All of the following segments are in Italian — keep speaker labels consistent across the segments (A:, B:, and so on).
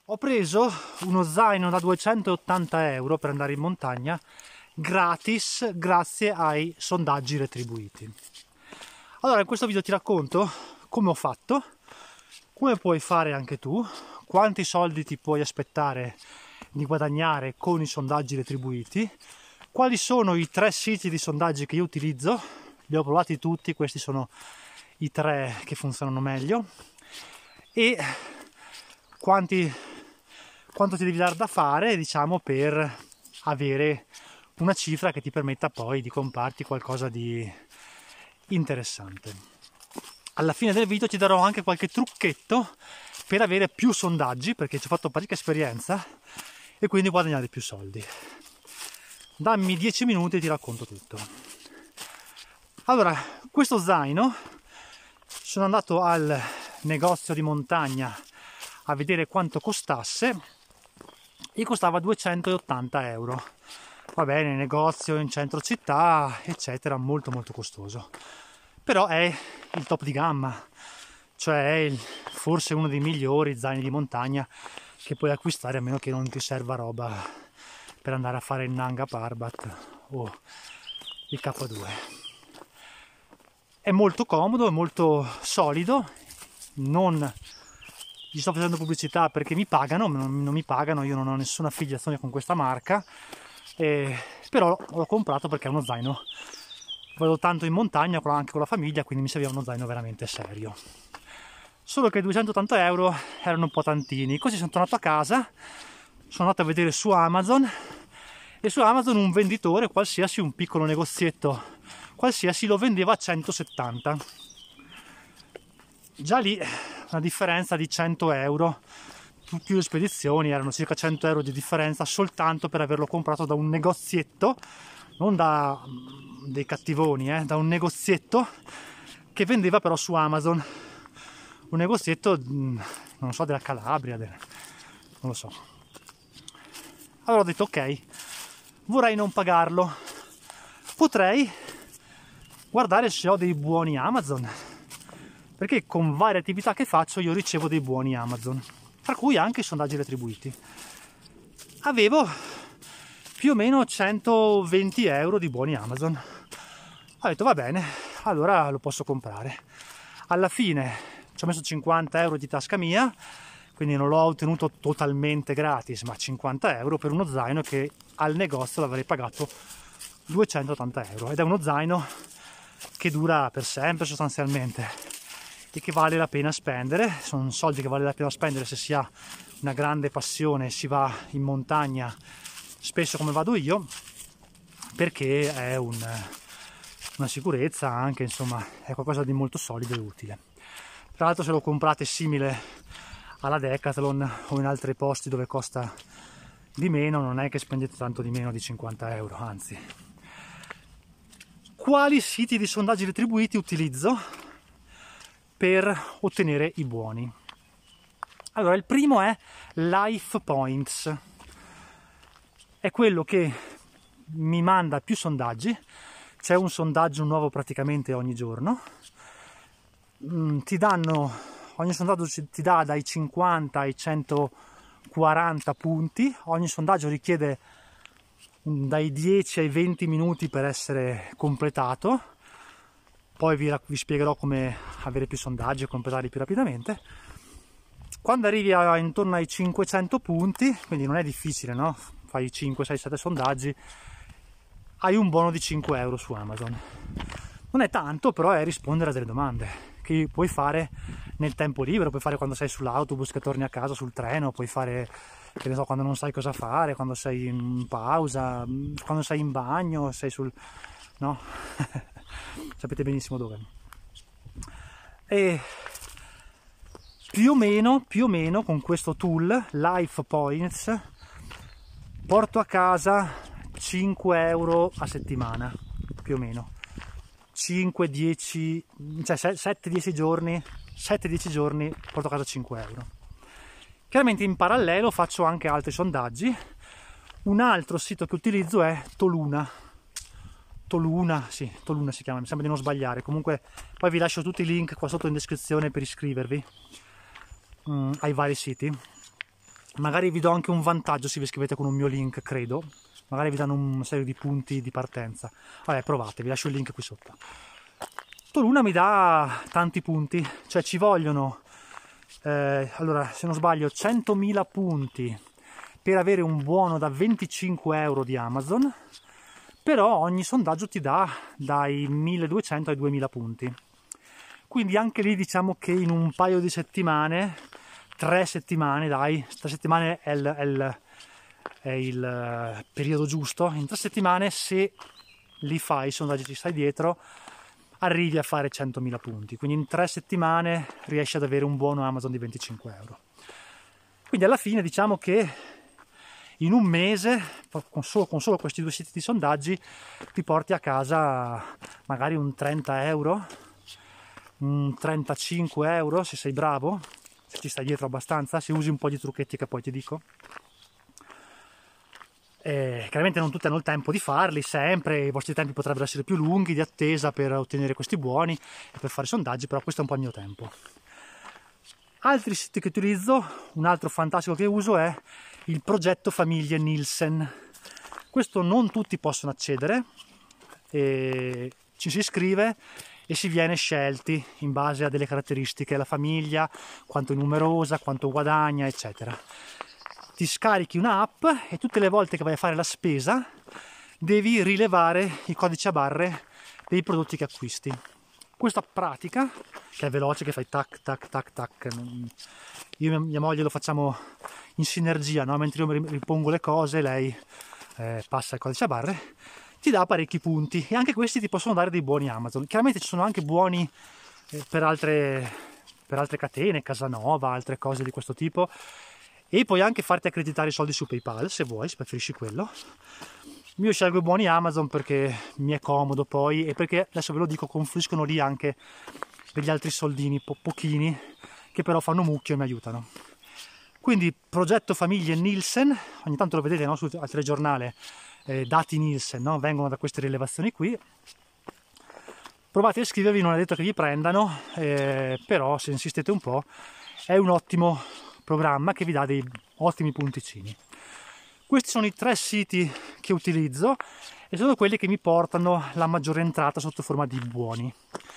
A: Ho preso uno zaino da 280 euro per andare in montagna gratis grazie ai sondaggi retribuiti. Allora in questo video ti racconto come ho fatto, come puoi fare anche tu, quanti soldi ti puoi aspettare di guadagnare con i sondaggi retribuiti, quali sono i 3 siti di sondaggi che io utilizzo, li ho provati tutti, questi sono i 3 che funzionano meglio, e quanto ti devi dare da fare, diciamo, per avere una cifra che ti permetta poi di comprarti qualcosa di interessante. Alla fine del video ti darò anche qualche trucchetto per avere più sondaggi, perché ci ho fatto parecchia esperienza e quindi guadagnare più soldi. Dammi 10 minuti e ti racconto tutto. Allora, questo zaino, sono andato al negozio di montagna a vedere quanto costasse e costava 280 euro. Va bene, negozio in centro città, eccetera, molto costoso. Però è il top di gamma, cioè è forse uno dei migliori zaini di montagna che puoi acquistare, a meno che non ti serva roba per andare a fare il Nanga Parbat o il K2. È molto comodo, è molto solido, non gli sto facendo pubblicità perché mi pagano, non mi pagano, io non ho nessuna affiliazione con questa marca, però l'ho comprato perché è uno zaino, vado tanto in montagna anche con la famiglia, quindi mi serviva uno zaino veramente serio. Solo che 280 euro erano un po' tantini, così sono tornato a casa, sono andato a vedere su Amazon, e su Amazon un venditore qualsiasi, un piccolo negozietto qualsiasi, lo vendeva a 170. Già lì una differenza di 100 euro, più le spedizioni, erano circa 100 euro di differenza soltanto per averlo comprato da un negozietto, non da dei cattivoni, da un negozietto che vendeva però su Amazon, un negozietto, non so, della Calabria, non lo so. Allora ho detto ok, vorrei non pagarlo, potrei guardare se ho dei buoni Amazon, perché con varie attività che faccio io ricevo dei buoni Amazon, tra cui anche i sondaggi retribuiti. Avevo più o meno 120 euro di buoni Amazon. Ho detto va bene, allora lo posso comprare. Alla fine ci ho messo 50 euro di tasca mia, quindi non l'ho ottenuto totalmente gratis, ma 50 euro per uno zaino che al negozio l'avrei pagato 280 euro, ed è uno zaino che dura per sempre sostanzialmente e che vale la pena spendere. Sono soldi che vale la pena spendere se si ha una grande passione e si va in montagna spesso come vado io, perché è una sicurezza anche, insomma è qualcosa di molto solido e utile. Tra l'altro se lo comprate simile alla Decathlon o in altri posti dove costa di meno, non è che spendete tanto di meno di 50 euro, anzi. Quali siti di sondaggi retribuiti utilizzo per ottenere i buoni? Allora, il primo è Life Points, è quello che mi manda più sondaggi, c'è un sondaggio nuovo praticamente ogni giorno, ogni sondaggio ti dà dai 50 ai 140 punti, ogni sondaggio richiede dai 10 ai 20 minuti per essere completato, poi vi spiegherò come avere più sondaggi e completarli più rapidamente. Quando arrivi intorno ai 500 punti, quindi non è difficile, no? Fai 5, 6, 7 sondaggi, hai un buono di 5 euro su Amazon. Non è tanto, però è rispondere a delle domande che puoi fare nel tempo libero, puoi fare quando sei sull'autobus che torni a casa, sul treno, puoi fare, che ne so, quando non sai cosa fare, quando sei in pausa, quando sei in bagno, sei no? Sapete benissimo dove. E più o meno con questo tool Life Points porto a casa 5 euro a settimana, più o meno 5-10, cioè 7-10 giorni porto a casa 5 euro. Chiaramente in parallelo faccio anche altri sondaggi. Un altro sito che utilizzo è Toluna si chiama, mi sembra di non sbagliare. Comunque poi vi lascio tutti i link qua sotto in descrizione per iscrivervi ai vari siti. magari vi do anche un vantaggio se vi iscrivete con un mio link, credo, magari vi danno una serie di punti di partenza. Vabbè, provate, vi lascio il link qui sotto. Toluna mi dà tanti punti, cioè ci vogliono, allora se non sbaglio, 100.000 punti per avere un buono da 25 euro di Amazon, però ogni sondaggio ti dà dai 1.200 ai 2.000 punti. Quindi anche lì diciamo che in un paio di settimane, 3 settimane, dai, 3 settimane è il periodo giusto, in 3 settimane se li fai, i sondaggi ci stai dietro, arrivi a fare 100.000 punti, quindi in 3 settimane riesci ad avere un buono Amazon di 25 euro. Quindi alla fine diciamo che in un mese, con solo questi 2 siti di sondaggi, ti porti a casa magari un 30 euro, un 35 euro se sei bravo, se ci stai dietro abbastanza, se usi un po' di trucchetti che poi ti dico. Chiaramente non tutti hanno il tempo di farli sempre, i vostri tempi potrebbero essere più lunghi di attesa per ottenere questi buoni e per fare sondaggi, però questo è un po' il mio tempo. Altri siti che utilizzo, un altro fantastico che uso è il progetto Famiglie Nielsen. Questo non tutti possono accedere, ci si iscrive e si viene scelti in base a delle caratteristiche, la famiglia, quanto è numerosa, quanto guadagna, eccetera. Ti scarichi un'app e tutte le volte che vai a fare la spesa devi rilevare i codici a barre dei prodotti che acquisti. Questa pratica, che è veloce, che fai tac tac tac tac, io e mia moglie lo facciamo in sinergia, no? Mentre io ripongo le cose lei passa il codice a barre, ti dà parecchi punti e anche questi ti possono dare dei buoni Amazon. Chiaramente ci sono anche buoni per altre catene, Casanova, altre cose di questo tipo, e puoi anche farti accreditare i soldi su PayPal se vuoi, se preferisci quello. Io scelgo i buoni Amazon perché mi è comodo poi e perché, adesso ve lo dico, confluiscono lì anche degli altri soldini pochini che però fanno mucchio e mi aiutano. Quindi progetto Famiglie Nielsen, ogni tanto lo vedete, no, al telegiornale, dati Nielsen, no? Vengono da queste rilevazioni qui. Provate a iscrivervi, non è detto che vi prendano, però se insistete un po' è un ottimo programma che vi dà dei ottimi punticini. Questi sono i 3 siti che utilizzo e sono quelli che mi portano la maggiore entrata sotto forma di buoni.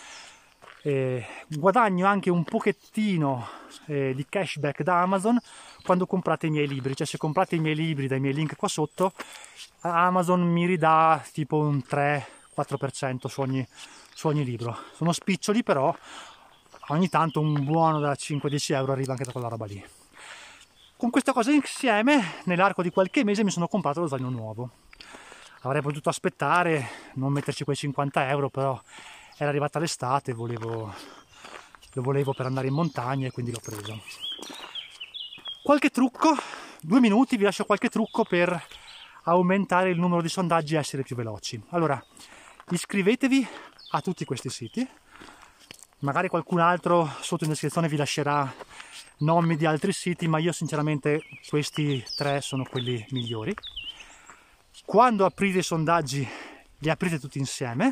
A: Guadagno anche un pochettino di cashback da Amazon quando comprate i miei libri, cioè se comprate i miei libri dai miei link qua sotto, Amazon mi ridà tipo un 3-4% su ogni libro. Sono spiccioli, però ogni tanto un buono da 5-10 euro arriva anche da quella roba lì. Con queste cose insieme, nell'arco di qualche mese mi sono comprato lo zaino nuovo. Avrei potuto aspettare, non metterci quei 50 euro, però era arrivata l'estate, lo volevo per andare in montagna e quindi l'ho preso. Qualche trucco, 2 minuti, vi lascio qualche trucco per aumentare il numero di sondaggi e essere più veloci. Allora, iscrivetevi a tutti questi siti, magari qualcun altro sotto in descrizione vi lascerà nomi di altri siti, ma io sinceramente questi 3 sono quelli migliori. Quando aprite i sondaggi li aprite tutti insieme,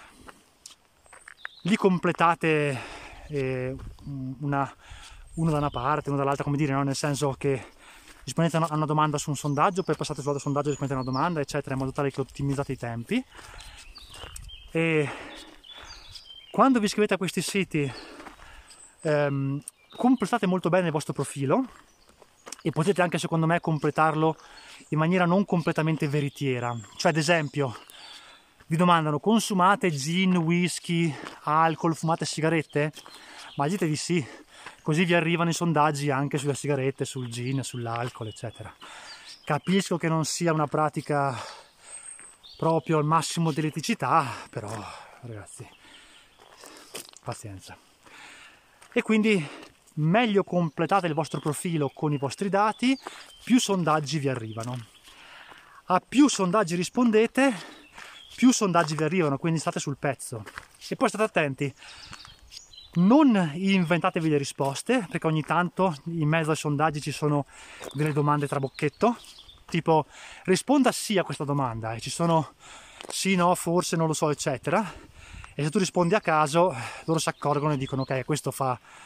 A: li completate uno da una parte, uno dall'altra, come dire, no? Nel senso che rispondete a una domanda su un sondaggio, poi passate sull'altro sondaggio e rispondete a una domanda, eccetera, in modo tale che ottimizzate i tempi. E quando vi iscrivete a questi siti completate molto bene il vostro profilo e potete anche, secondo me, completarlo in maniera non completamente veritiera. Cioè, ad esempio, vi domandano: consumate gin, whisky, alcol, fumate sigarette? Ma dite di sì, così vi arrivano i sondaggi anche sulle sigarette, sul gin, sull'alcol, eccetera. Capisco che non sia una pratica proprio al massimo dell'eticità, però ragazzi, pazienza. E quindi meglio completate il vostro profilo con i vostri dati, più sondaggi vi arrivano. A più sondaggi rispondete, più sondaggi vi arrivano, quindi state sul pezzo. E poi state attenti, non inventatevi le risposte, perché ogni tanto in mezzo ai sondaggi ci sono delle domande trabocchetto, tipo risponda sì a questa domanda, e ci sono sì, no, forse, non lo so, eccetera. E se tu rispondi a caso, loro si accorgono e dicono: ok, questo fa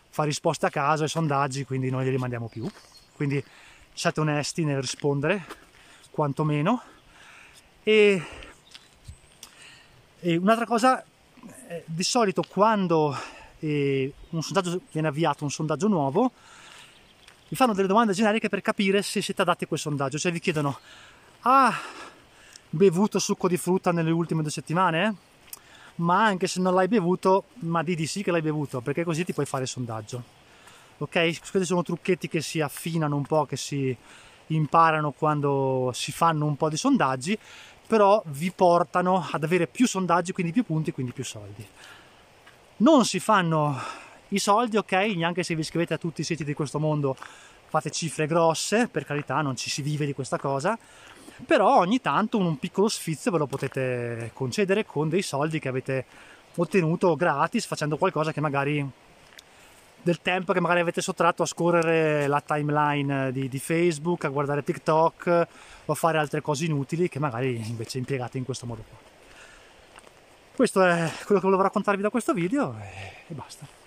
A: fa risposte a caso ai sondaggi, quindi noi li mandiamo più. Quindi siate onesti nel rispondere, quantomeno. E un'altra cosa, di solito quando un sondaggio viene avviato, un sondaggio nuovo, vi fanno delle domande generiche per capire se siete adatti a quel sondaggio. Cioè vi chiedono: ha bevuto succo di frutta nelle ultime 2 settimane? Ma anche se non l'hai bevuto, ma di sì che l'hai bevuto, perché così ti puoi fare il sondaggio. Ok? Questi sono trucchetti che si affinano un po', che si imparano quando si fanno un po' di sondaggi, però vi portano ad avere più sondaggi, quindi più punti, quindi più soldi. Non si fanno i soldi, ok? Neanche se vi iscrivete a tutti i siti di questo mondo fate cifre grosse, per carità, non ci si vive di questa cosa, però ogni tanto un piccolo sfizio ve lo potete concedere con dei soldi che avete ottenuto gratis, facendo qualcosa che magari, del tempo che magari avete sottratto a scorrere la timeline di Facebook, a guardare TikTok o a fare altre cose inutili che magari invece impiegate in questo modo qua. Questo è quello che volevo raccontarvi da questo video e basta.